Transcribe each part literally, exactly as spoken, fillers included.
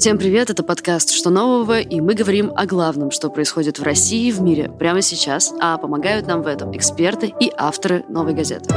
Всем привет, это подкаст «Что нового?», и мы говорим о главном, что происходит в России и в мире прямо сейчас, а помогают нам в этом эксперты и авторы «Новой газеты».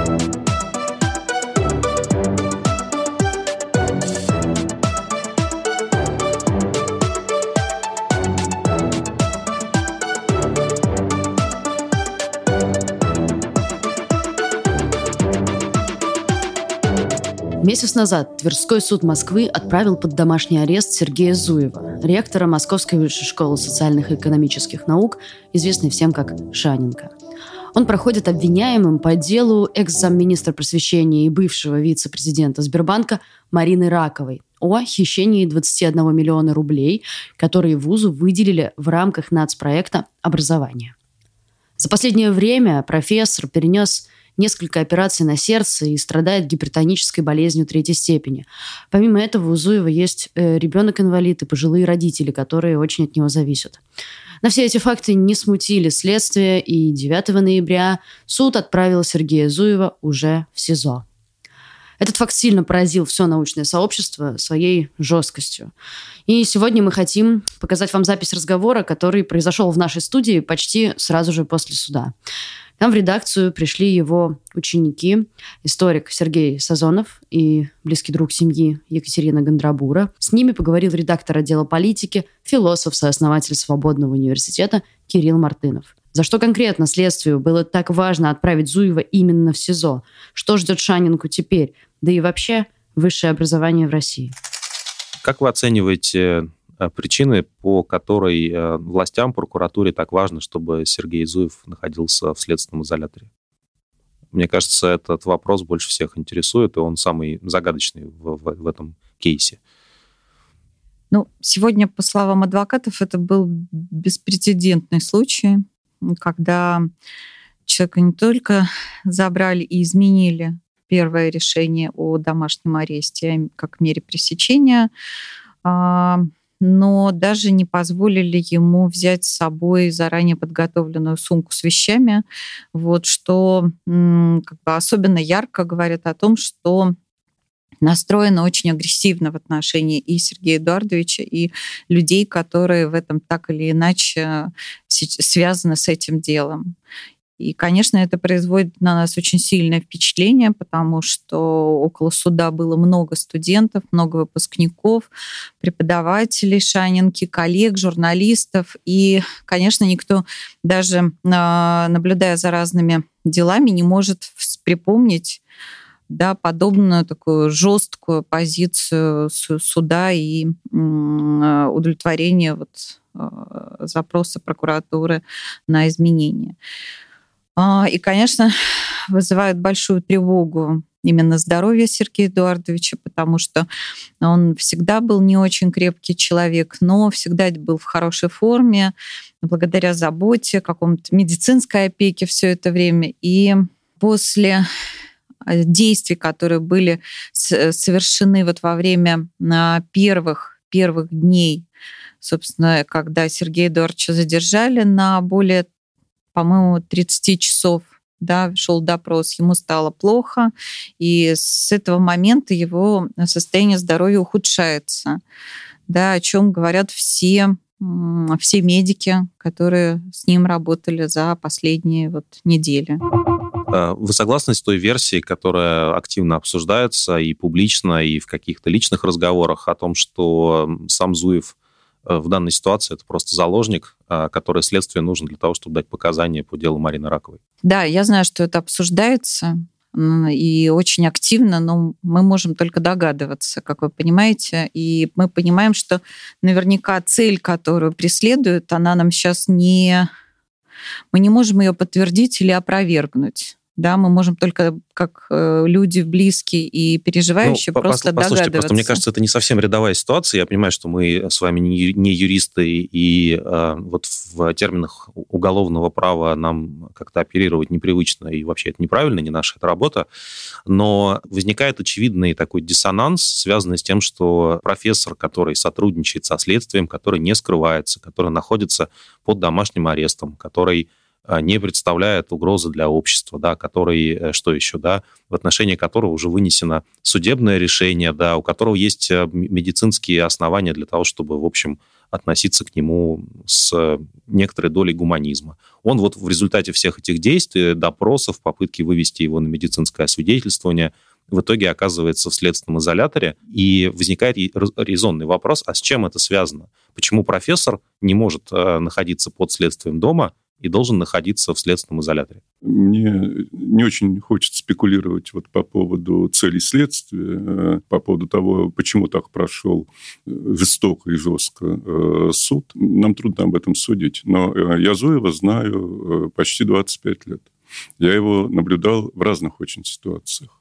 Месяц назад Тверской суд Москвы отправил под домашний арест Сергея Зуева, ректора Московской высшей школы социальных и экономических наук, известной всем как Шаненко. Он проходит обвиняемым по делу экс-замминистра просвещения и бывшего вице-президента Сбербанка Марины Раковой о хищении двадцати одного миллиона рублей, которые вузу выделили в рамках нацпроекта «Образование». За последнее время профессор перенес несколько операций на сердце и страдает гипертонической болезнью третьей степени. Помимо этого, у Зуева есть э, ребенок-инвалид и пожилые родители, которые очень от него зависят. На все эти факты не смутили следствие, и девятого ноября суд отправил Сергея Зуева уже в СИЗО. Этот факт сильно поразил все научное сообщество своей жесткостью. И сегодня мы хотим показать вам запись разговора, который произошел в нашей студии почти сразу же после суда. К нам в редакцию пришли его ученики, историк Сергей Сазонов и близкий друг семьи Екатерина Гондрабура. С ними поговорил редактор отдела политики, философ, сооснователь Свободного университета Кирилл Мартынов. За что конкретно следствию было так важно отправить Зуева именно в СИЗО? Что ждет Шаненку теперь? Да и вообще высшее образование в России. Как вы оцениваете причины, по которой властям, прокуратуре так важно, чтобы Сергей Зуев находился в следственном изоляторе? Мне кажется, этот вопрос больше всех интересует, и он самый загадочный в, в, в этом кейсе. Ну, сегодня, по словам адвокатов, это был беспрецедентный случай, когда человека не только забрали и изменили первое решение о домашнем аресте как мере пресечения, но даже не позволили ему взять с собой заранее подготовленную сумку с вещами, вот, что как бы особенно ярко говорит о том, что настроена очень агрессивно в отношении и Сергея Эдуардовича, и людей, которые в этом так или иначе связаны с этим делом. И, конечно, это производит на нас очень сильное впечатление, потому что около суда было много студентов, много выпускников, преподавателей Шаненки, коллег, журналистов. И, конечно, никто, даже наблюдая за разными делами, не может припомнить, да, подобную такую жесткую позицию суда и удовлетворение вот запроса прокуратуры на изменения. И, конечно, вызывает большую тревогу именно здоровье Сергея Эдуардовича, потому что он всегда был не очень крепкий человек, но всегда был в хорошей форме, благодаря заботе, какому-то медицинской опеке все это время. И после действий, которые были совершены вот во время первых, первых дней, собственно, когда Сергея Эдуардовича задержали на более, по-моему, тридцать часов, да, шел допрос, ему стало плохо, и с этого момента его состояние здоровья ухудшается, да, о чем говорят все, все медики, которые с ним работали за последние вот недели. Вы согласны с той версией, которая активно обсуждается и публично, и в каких-то личных разговорах о том, что сам Зуев в данной ситуации это просто заложник, который следствию нужен для того, чтобы дать показания по делу Марины Раковой? Да, я знаю, что это обсуждается и очень активно, но мы можем только догадываться, как вы понимаете. И мы понимаем, что наверняка цель, которую преследуют, она нам сейчас не... Мы не можем ее подтвердить или опровергнуть. Да, мы можем только как люди близкие и переживающие ну, просто послушайте, догадываться. Просто мне кажется, это не совсем рядовая ситуация. Я понимаю, что мы с вами не юристы, и э, вот в терминах уголовного права нам как-то оперировать непривычно, и вообще это неправильно, не наша это работа. Но возникает очевидный такой диссонанс, связанный с тем, что профессор, который сотрудничает со следствием, который не скрывается, который находится под домашним арестом, который не представляет угрозы для общества, да, который, что еще, да, в отношении которого уже вынесено судебное решение, да, у которого есть медицинские основания для того, чтобы, в общем, относиться к нему с некоторой долей гуманизма. Он вот в результате всех этих действий, допросов, попытки вывести его на медицинское освидетельствование, в итоге оказывается в следственном изоляторе, и возникает резонный вопрос, а с чем это связано? Почему профессор не может э, находиться под следствием дома и должен находиться в следственном изоляторе? Мне не очень хочется спекулировать вот по поводу целей следствия, по поводу того, почему так прошел жестоко и жестко суд. Нам трудно об этом судить. Но я Зуева знаю почти двадцать пять лет. Я его наблюдал в разных очень ситуациях.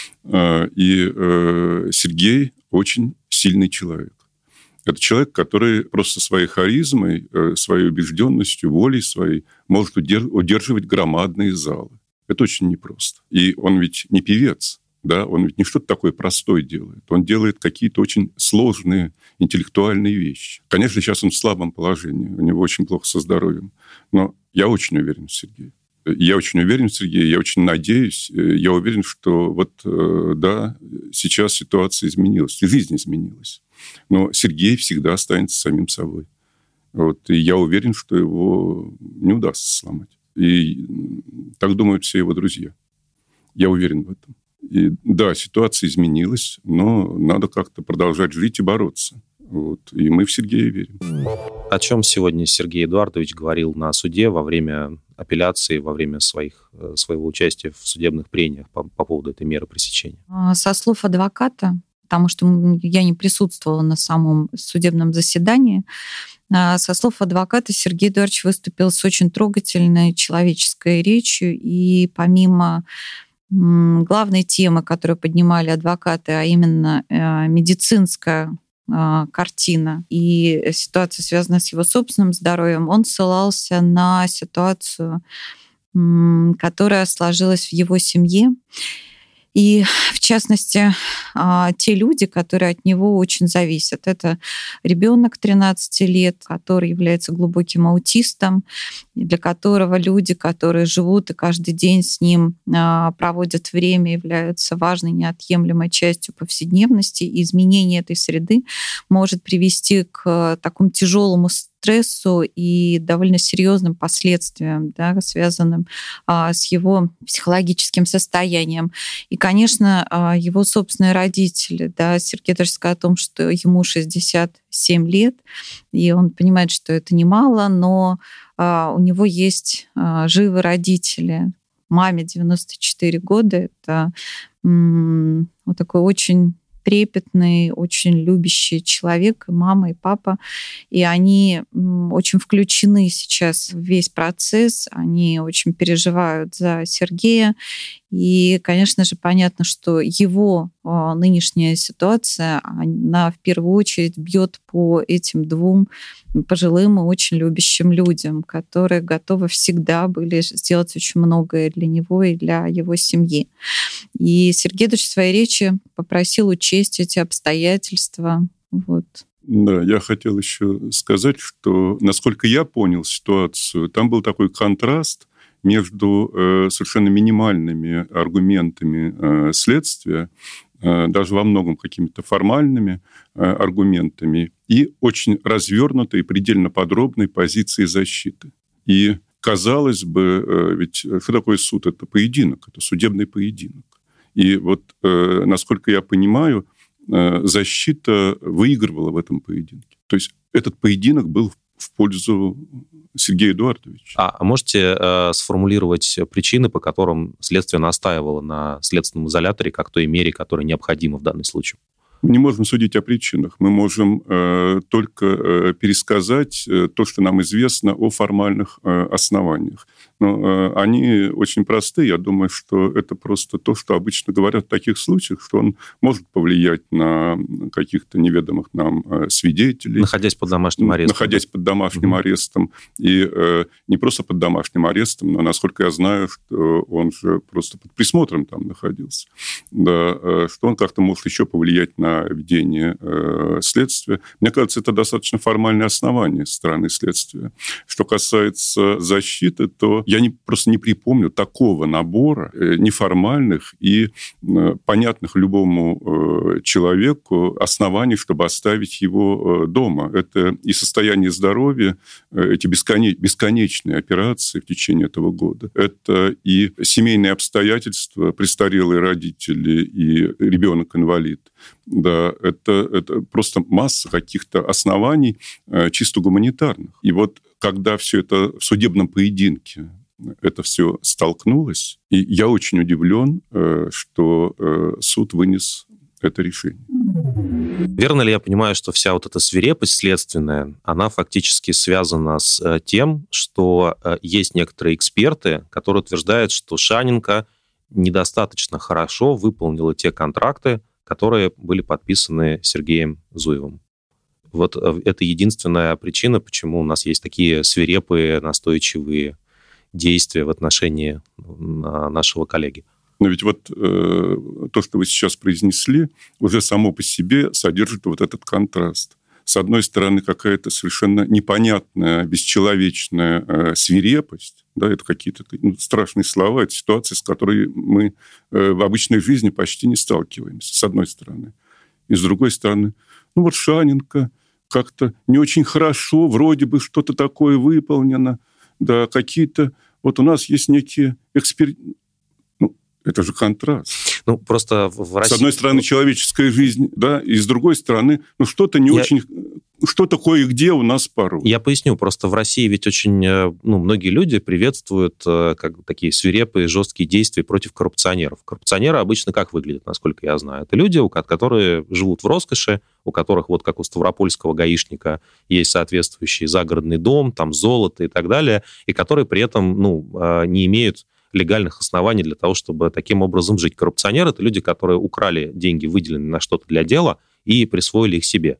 И Сергей очень сильный человек. Это человек, который просто своей харизмой, своей убежденностью, волей своей может удерживать громадные залы. Это очень непросто. И он ведь не певец, да? Он ведь не что-то такое простое делает. Он делает какие-то очень сложные интеллектуальные вещи. Конечно, сейчас он в слабом положении, у него очень плохо со здоровьем. Но я очень уверен в Сергее. Я очень уверен в Сергее, я очень надеюсь, я уверен, что вот, да, сейчас ситуация изменилась, жизнь изменилась. Но Сергей всегда останется самим собой. Вот, и я уверен, что его не удастся сломать. И так думают все его друзья. Я уверен в этом. И да, ситуация изменилась, но надо как-то продолжать жить и бороться. Вот. И мы в Сергея верим. О чем сегодня Сергей Эдуардович говорил на суде во время апелляции, во время своих, своего участия в судебных прениях по, по поводу этой меры пресечения? Со слов адвоката, потому что я не присутствовала на самом судебном заседании, со слов адвоката Сергей Эдуардович выступил с очень трогательной человеческой речью, и помимо главной темы, которую поднимали адвокаты, а именно медицинская картина и ситуация, связанная с его собственным здоровьем, он ссылался на ситуацию, которая сложилась в его семье. И, в частности, те люди, которые от него очень зависят. Это ребенок тринадцати лет, который является глубоким аутистом, для которого люди, которые живут и каждый день с ним проводят время, являются важной, неотъемлемой частью повседневности. И изменение этой среды может привести к такому тяжелому стрессу и довольно серьезным последствиям, да, связанным а, с его психологическим состоянием. И, конечно, а, его собственные родители. Да, Сергей даже сказал о том, что ему шестьдесят семь лет, и он понимает, что это немало, но а, у него есть а, живы родители. Маме девяносто четыре года. Это м- вот такой очень трепетный, очень любящий человек, и мама, и папа. И они очень включены сейчас в весь процесс, они очень переживают за Сергея. И, конечно же, понятно, что его нынешняя ситуация, она в первую очередь бьет по этим двум пожилым и очень любящим людям, которые готовы всегда были сделать очень многое для него и для его семьи. И Сергей Эдуардович в своей речи попросил учесть эти обстоятельства. Вот. Да, я хотел еще сказать, что, насколько я понял ситуацию, там был такой контраст между э, совершенно минимальными аргументами э, следствия, э, даже во многом какими-то формальными э, аргументами, и очень развернутой, предельно подробной позицией защиты. И, казалось бы, э, ведь что такое суд? Это поединок, это судебный поединок. И вот, э, насколько я понимаю, э, защита выигрывала в этом поединке. То есть этот поединок был в пользу Сергея Эдуардовича. А можете э, сформулировать причины, по которым следствие настаивало на следственном изоляторе как той мере, которая необходима в данном случае? Мы не можем судить о причинах. Мы можем э, только э, пересказать э, то, что нам известно о формальных э, основаниях. Но э, они очень просты. Я думаю, что это просто то, что обычно говорят в таких случаях, что он может повлиять на каких-то неведомых нам э, свидетелей. Находясь под домашним арестом. Находясь под домашним угу. арестом. И э, не просто под домашним арестом, но, насколько я знаю, что он же просто под присмотром там находился. Да, э, что он как-то может еще повлиять на ведение э, следствия. Мне кажется, это достаточно формальное основание со стороны следствия. Что касается защиты, то я не, просто не припомню такого набора неформальных и понятных любому человеку оснований, чтобы оставить его дома. Это и состояние здоровья, эти бесконечные операции в течение этого года. Это и семейные обстоятельства, престарелые родители и ребенок-инвалид. Да, это, это просто масса каких-то оснований чисто гуманитарных. И вот когда все это в судебном поединке, это все столкнулось, и я очень удивлен, что суд вынес это решение. Верно ли я понимаю, что вся вот эта свирепость следственная, она фактически связана с тем, что есть некоторые эксперты, которые утверждают, что Шаненко недостаточно хорошо выполнила те контракты, которые были подписаны Сергеем Зуевым? Вот это единственная причина, почему у нас есть такие свирепые, настойчивые действия в отношении нашего коллеги. Но ведь вот э, то, что вы сейчас произнесли, уже само по себе содержит вот этот контраст. С одной стороны, какая-то совершенно непонятная, бесчеловечная э, свирепость, да, это какие-то ну, страшные слова, это ситуации, с которой мы э, в обычной жизни почти не сталкиваемся, с одной стороны. И с другой стороны, ну вот Шаненко как-то не очень хорошо, вроде бы что-то такое выполнено, да, какие-то... Вот у нас есть некие эксперименты. Ну, это же контраст. Ну, просто в России... С одной стороны, человеческая жизнь, да, и с другой стороны, ну, что-то не Я... очень... Что-то кое-где у нас порой. Я поясню. Просто в России ведь очень... Ну, многие люди приветствуют как, такие свирепые, жесткие действия против коррупционеров. Коррупционеры обычно как выглядят, насколько я знаю? Это люди, которые живут в роскоши, у которых, вот как у ставропольского гаишника, есть соответствующий загородный дом, там золото и так далее, и которые при этом, ну, не имеют легальных оснований для того, чтобы таким образом жить. Коррупционеры — это люди, которые украли деньги, выделенные на что-то для дела, и присвоили их себе.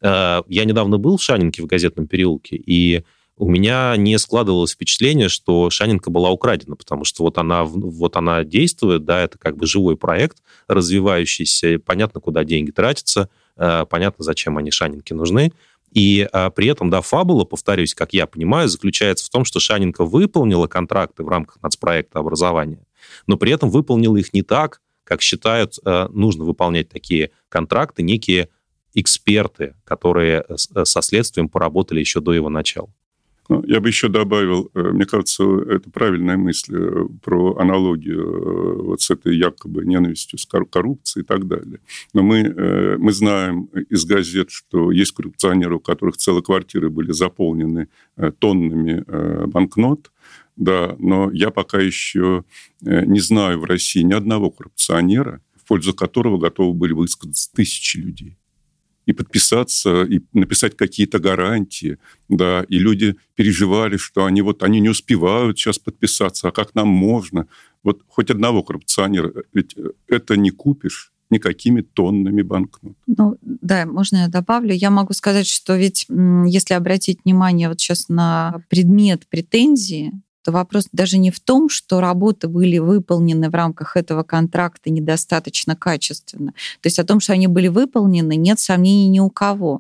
Я недавно был в Шаненке в Газетном переулке, и у меня не складывалось впечатление, что Шаненко была украдена, потому что вот она, вот она действует, да, это как бы живой проект, развивающийся, понятно, куда деньги тратятся, понятно, зачем они Шаненке нужны. И а, при этом, да, фабула, повторюсь, как я понимаю, заключается в том, что Шаненко выполнила контракты в рамках нацпроекта образования, но при этом выполнила их не так, как считают, а, нужно выполнять такие контракты некие эксперты, которые со следствием поработали еще до его начала. Ну, я бы еще добавил, мне кажется, это правильная мысль про аналогию вот с этой якобы ненавистью, с коррупцией и так далее. Но мы, мы знаем из газет, что есть коррупционеры, у которых целые квартиры были заполнены тоннами банкнот, да, но я пока еще не знаю в России ни одного коррупционера, в пользу которого готовы были высказаться тысячи людей. И подписаться, и написать какие-то гарантии, да, и люди переживали, что они вот они не успевают сейчас подписаться, а как нам можно? Вот хоть одного коррупционера, ведь это не купишь никакими тоннами банкнот. Ну, да, можно я добавлю? Я могу сказать, что ведь если обратить внимание вот сейчас на предмет претензии, то вопрос даже не в том, что работы были выполнены в рамках этого контракта недостаточно качественно. То есть о том, что они были выполнены, нет сомнений ни у кого.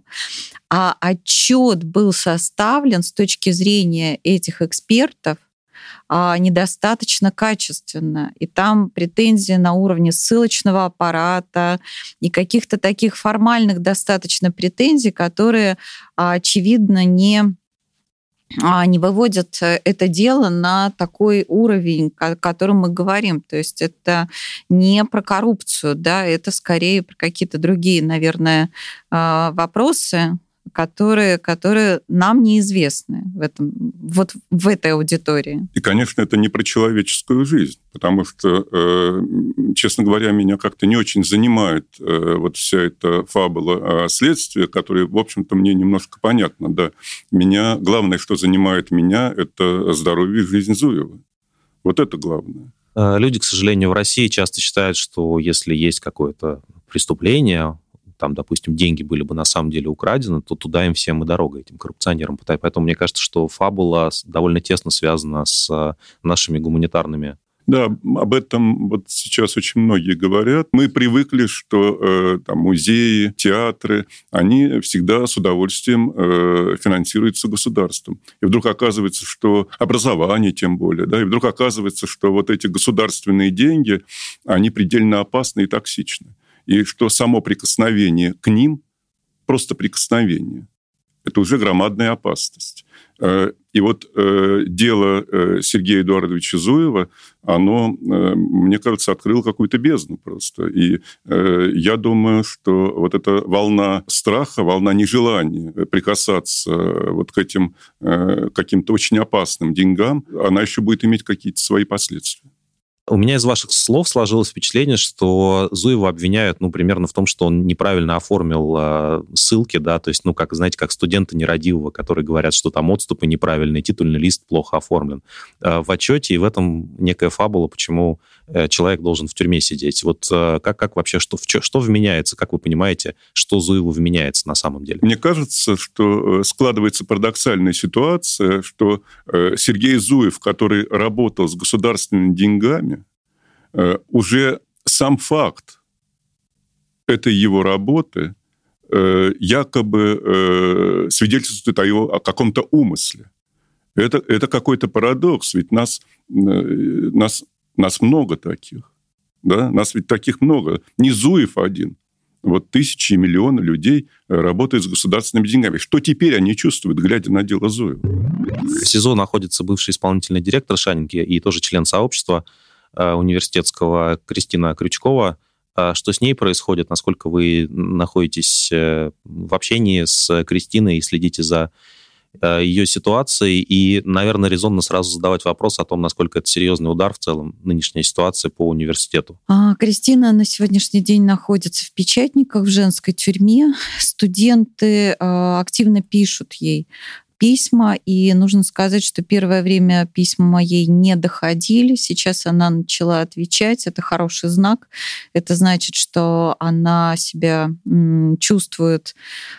А отчет был составлен с точки зрения этих экспертов недостаточно качественно. И там претензии на уровне ссылочного аппарата и каких-то таких формальных достаточно претензий, которые, очевидно, не... не выводят это дело на такой уровень, о котором мы говорим. То есть это не про коррупцию, да, это скорее про какие-то другие, наверное, вопросы, которые, которые нам неизвестны в, этом, вот в этой аудитории. И, конечно, это не про человеческую жизнь, потому что, честно говоря, меня как-то не очень занимает вот вся эта фабула следствия, которая, в общем-то, мне немножко понятна. Да. Меня, главное, что занимает меня, это здоровье и жизнь Зуева. Вот это главное. Люди, к сожалению, в России часто считают, что если есть какое-то преступление, там, допустим, деньги были бы на самом деле украдены, то туда им всем и дорога, этим коррупционерам. Поэтому мне кажется, что фабула довольно тесно связана с нашими гуманитарными Да, об этом вот сейчас очень многие говорят. Мы привыкли, что э, там, музеи, театры, они всегда с удовольствием э, финансируются государством. И вдруг оказывается, что образование тем более, да, и вдруг оказывается, что вот эти государственные деньги, они предельно опасны и токсичны. И что само прикосновение к ним, просто прикосновение, это уже громадная опасность. И вот дело Сергея Эдуардовича Зуева, оно, мне кажется, открыло какую-то бездну просто. И я думаю, что вот эта волна страха, волна нежелания прикасаться вот к этим каким-то очень опасным деньгам, она еще будет иметь какие-то свои последствия. У меня из ваших слов сложилось впечатление, что Зуева обвиняют, ну, примерно в том, что он неправильно оформил э, ссылки, да, то есть, ну, как, знаете, как студенты нерадивого, которые говорят, что там отступы неправильные, титульный лист плохо оформлен. Э, в отчете и в этом некая фабула, почему э, человек должен в тюрьме сидеть. Вот э, как, как вообще, что, в, что вменяется, как вы понимаете, что Зуеву вменяется на самом деле? Мне кажется, что складывается парадоксальная ситуация, что э, Сергей Зуев, который работал с государственными деньгами, уже сам факт этой его работы якобы свидетельствует о, его, о каком-то умысле. Это, это какой-то парадокс, ведь нас, нас, нас много таких. Да? Нас ведь таких много. Не Зуев один. Вот тысячи и миллионы людей работают с государственными деньгами. Что теперь они чувствуют, глядя на дело Зуева? В СИЗО находится бывший исполнительный директор Шанинки и тоже член сообщества университетского Кристина Крючкова. Что с ней происходит? Насколько вы находитесь в общении с Кристиной и следите за ее ситуацией? И, наверное, резонно сразу задавать вопрос о том, насколько это серьезный удар в целом, нынешняя ситуация по университету. А, Кристина на сегодняшний день находится в Печатниках, в женской тюрьме. Студенты а, активно пишут ей письма, и нужно сказать, что первое время письма моей не доходили. Сейчас она начала отвечать. Это хороший знак. Это значит, что она себя м, чувствует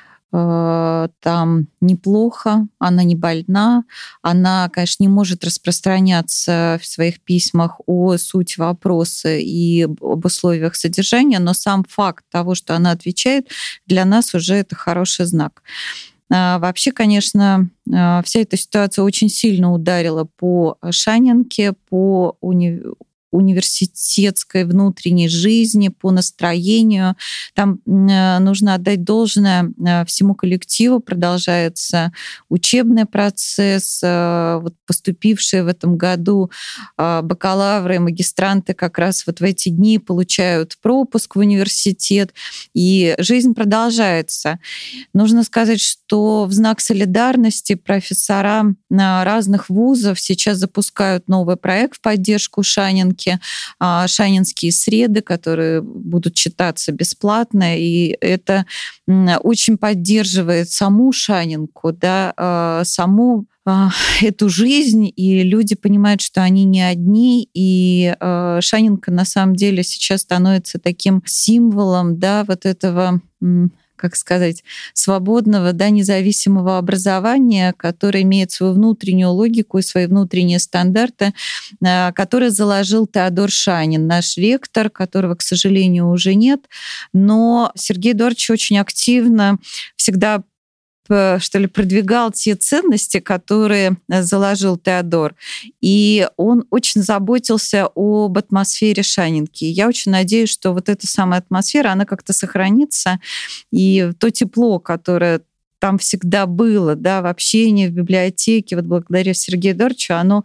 э, там неплохо, она не больна. Она, конечно, не может распространяться в своих письмах о сути вопроса и об условиях содержания, но сам факт того, что она отвечает, для нас уже это хороший знак. Вообще, конечно, вся эта ситуация очень сильно ударила по Шанинке, по уни... университетской внутренней жизни, по настроению. Там нужно отдать должное всему коллективу. Продолжается учебный процесс. Вот поступившие в этом году бакалавры и магистранты как раз вот в эти дни получают пропуск в университет, и жизнь продолжается. Нужно сказать, что в знак солидарности профессора разных вузов сейчас запускают новый проект в поддержку Шанинки, шанинские среды, которые будут читаться бесплатно, и это очень поддерживает саму Шанинку, да, саму эту жизнь, и люди понимают, что они не одни, и Шанинка на самом деле сейчас становится таким символом, да, вот этого, как сказать, свободного, да, независимого образования, которое имеет свою внутреннюю логику и свои внутренние стандарты, которые заложил Теодор Шанин, наш ректор, которого, к сожалению, уже нет. Но Сергей Эдуардович очень активно всегда что ли, продвигал те ценности, которые заложил Теодор. И он очень заботился об атмосфере Шанинки. Я очень надеюсь, что вот эта самая атмосфера, она как-то сохранится. И то тепло, которое там всегда было, да, в общении, в библиотеке, вот благодаря Сергею Эдуардовичу, оно,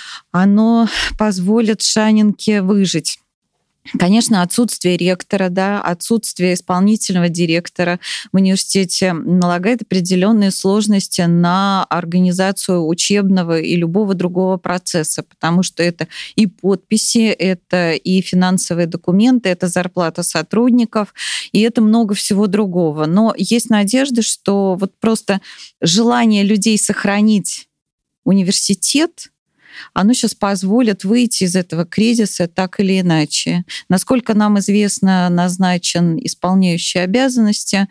оно позволит Шанинке выжить. Конечно, отсутствие ректора, да, отсутствие исполнительного директора в университете налагает определенные сложности на организацию учебного и любого другого процесса, потому что это и подписи, это и финансовые документы, это зарплата сотрудников, и это много всего другого. Но есть надежда, что вот просто желание людей сохранить университет, оно сейчас позволит выйти из этого кризиса так или иначе. Насколько нам известно, назначен исполняющий обязанности,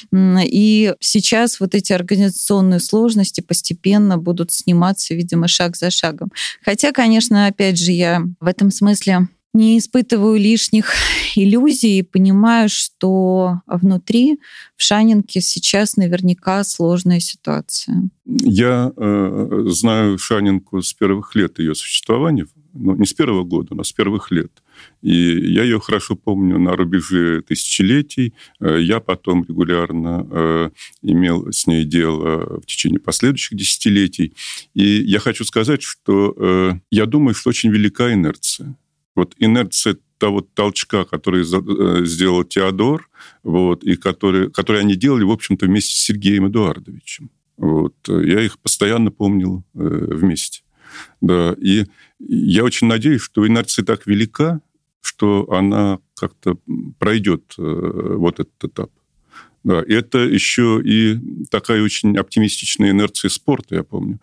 и сейчас вот эти организационные сложности постепенно будут сниматься, видимо, шаг за шагом. Хотя, конечно, опять же, я в этом смысле не испытываю лишних иллюзий и понимаю, что внутри, в Шанинке, сейчас наверняка сложная ситуация. Я э, знаю Шанинку с первых лет ее существования, ну, не с первого года, но с первых лет. И я ее хорошо помню на рубеже тысячелетий. Я потом регулярно э, имел с ней дело в течение последующих десятилетий. И я хочу сказать, что э, я думаю, что очень велика инерция. Вот инерция того толчка, который сделал Теодор, вот, и который, который они делали, в общем-то, вместе с Сергеем Эдуардовичем. Вот. Я их постоянно помнил э, вместе. Да. И я очень надеюсь, что инерция так велика, что она как-то пройдет э, вот этот этап. Да, и это еще и такая очень оптимистичная инерция спорта, я помню.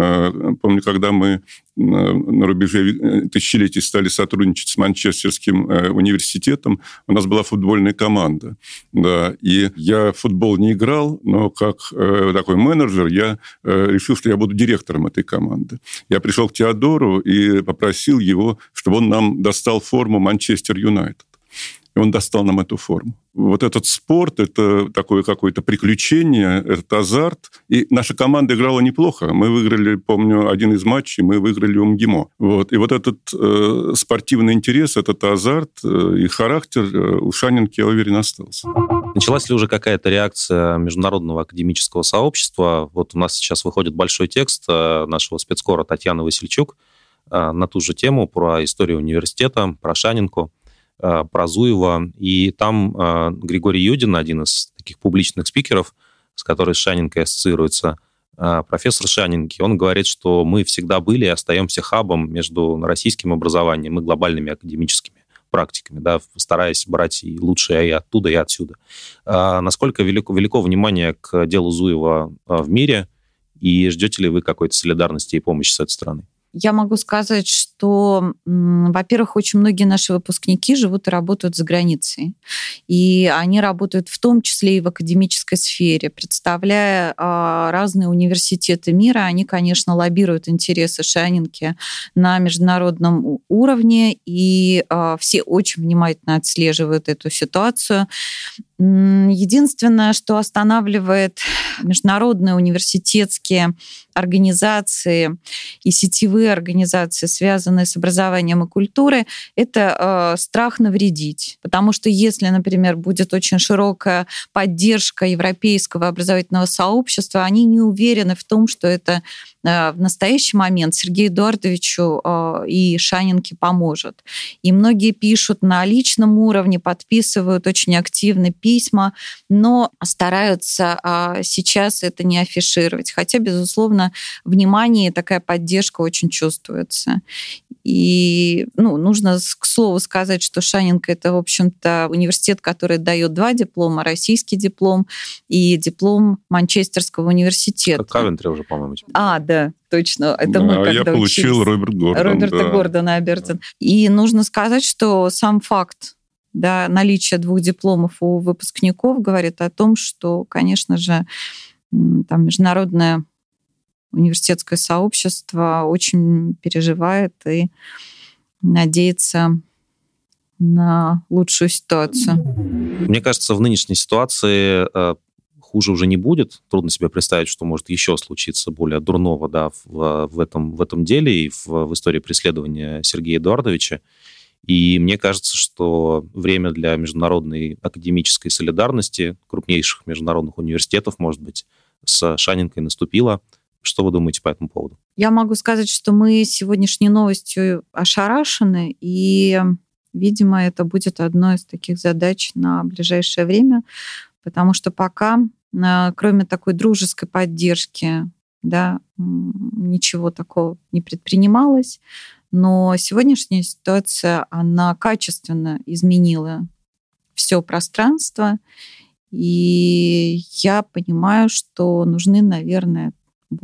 Помню, когда мы на рубеже тысячелетий стали сотрудничать с Манчестерским университетом, у нас была футбольная команда. Да, и я в футбол не играл, но как такой менеджер я решил, что я буду директором этой команды. Я пришел к Теодору и попросил его, чтобы он нам достал форму Манчестер Юнайтед. И он достал нам эту форму. Вот этот спорт, это такое какое-то приключение, этот азарт. И наша команда играла неплохо. Мы выиграли, помню, один из матчей, мы выиграли у МГИМО. Вот. И вот этот э, спортивный интерес, этот азарт э, и характер э, у Шанинки, я уверен, остался. Началась ли уже какая-то реакция международного академического сообщества? Вот у нас сейчас выходит большой текст нашего спецкора Татьяны Васильчук э, на ту же тему про историю университета, про Шанинку, про Зуева, и там э, Григорий Юдин, один из таких публичных спикеров, с которой Шанинкой ассоциируется, э, профессор Шанинки, он говорит, что мы всегда были и остаемся хабом между российским образованием и глобальными академическими практиками, да, стараясь брать и лучшее и оттуда, и отсюда. Э, насколько велико, велико внимание к делу Зуева в мире, и ждете ли вы какой-то солидарности и помощи с этой стороны? Я могу сказать, что, во-первых, очень многие наши выпускники живут и работают за границей. И они работают в том числе и в академической сфере. Представляя разные университеты мира, они, конечно, лоббируют интересы Шанинки на международном уровне, и все очень внимательно отслеживают эту ситуацию. Единственное, что останавливает международные университетские организации и сетевые организации, связанные с образованием и культурой, это э, страх навредить. Потому что если, например, будет очень широкая поддержка европейского образовательного сообщества, они не уверены в том, что это э, в настоящий момент Сергею Эдуардовичу э, и Шанинке поможет. И многие пишут на личном уровне, подписывают очень активно письма, но стараются э, сейчас это не афишировать. Хотя, безусловно, внимание и такая поддержка очень чувствуется. И ну, нужно, к слову, сказать, что Шанинка — это, в общем-то, университет, который дает два диплома: российский диплом и диплом Манчестерского университета. Кавентри уже, по-моему. А, да, точно. Это да, мы когда я получил учились. Роберт Гордон. Роберта да. Гордона Абертон. И нужно сказать, что сам факт, да, наличия двух дипломов у выпускников говорит о том, что, конечно же, там международное университетское сообщество очень переживает и надеется на лучшую ситуацию. Мне кажется, в нынешней ситуации э, хуже уже не будет. Трудно себе представить, что может еще случиться более дурного, да, в, в, этом, в этом деле и в, в истории преследования Сергея Эдуардовича. И мне кажется, что время для международной академической солидарности крупнейших международных университетов, может быть, с Шанинкой наступило. Что вы думаете по этому поводу? Я могу сказать, что мы сегодняшней новостью ошарашены, и, видимо, это будет одной из таких задач на ближайшее время, потому что пока, кроме такой дружеской поддержки, да, ничего такого не предпринималось, но сегодняшняя ситуация, она качественно изменила все пространство, и я понимаю, что нужны, наверное, более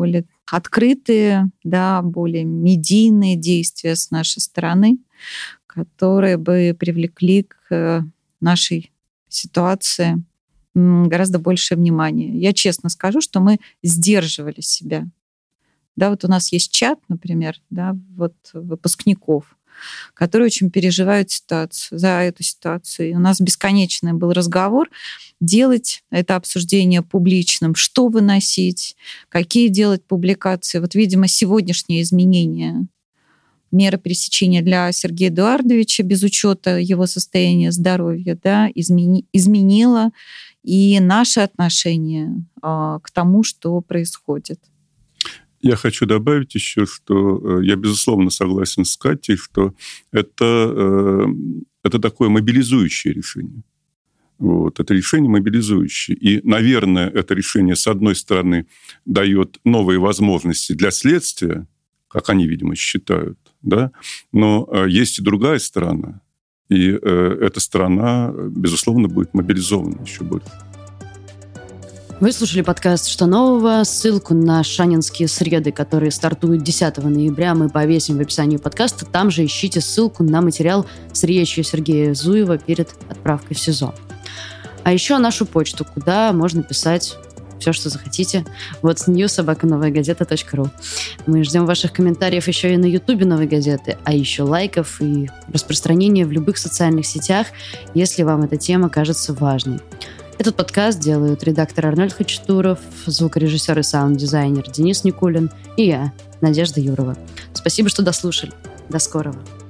открытые, да, более медийные действия с нашей стороны, которые бы привлекли к нашей ситуации гораздо больше внимания. Я честно скажу, что мы сдерживали себя. Да, вот у нас есть чат, например, да, вот выпускников, которые очень переживают ситуацию, за эту ситуацию. И у нас бесконечный был разговор, делать это обсуждение публичным, что выносить, какие делать публикации. Вот, видимо, сегодняшние изменения меры пресечения для Сергея Эдуардовича без учета его состояния здоровья, да, измени, изменило и наши отношения а, к тому, что происходит. Я хочу добавить еще, что я, безусловно, согласен с Катей, что это, это такое мобилизующее решение. Вот, это решение мобилизующее. И, наверное, это решение, с одной стороны, дает новые возможности для следствия, как они, видимо, считают, да? Но есть и другая сторона. И эта сторона, безусловно, будет мобилизована еще больше. Вы слушали подкаст «Что нового?». Ссылку на шанинские среды, которые стартуют десятого ноября, мы повесим в описании подкаста. Там же ищите ссылку на материал с речью Сергея Зуева перед отправкой в СИЗО. А еще нашу почту, куда можно писать все, что захотите. Вот ньюс собака новая газета точка ру. Мы ждем ваших комментариев еще и на ютубе Новой газеты, а еще лайков и распространения в любых социальных сетях, если вам эта тема кажется важной. Этот подкаст делают редактор Арнольд Хачатуров, звукорежиссер и саунд-дизайнер Денис Никулин и я, Надежда Юрова. Спасибо, что дослушали. До скорого.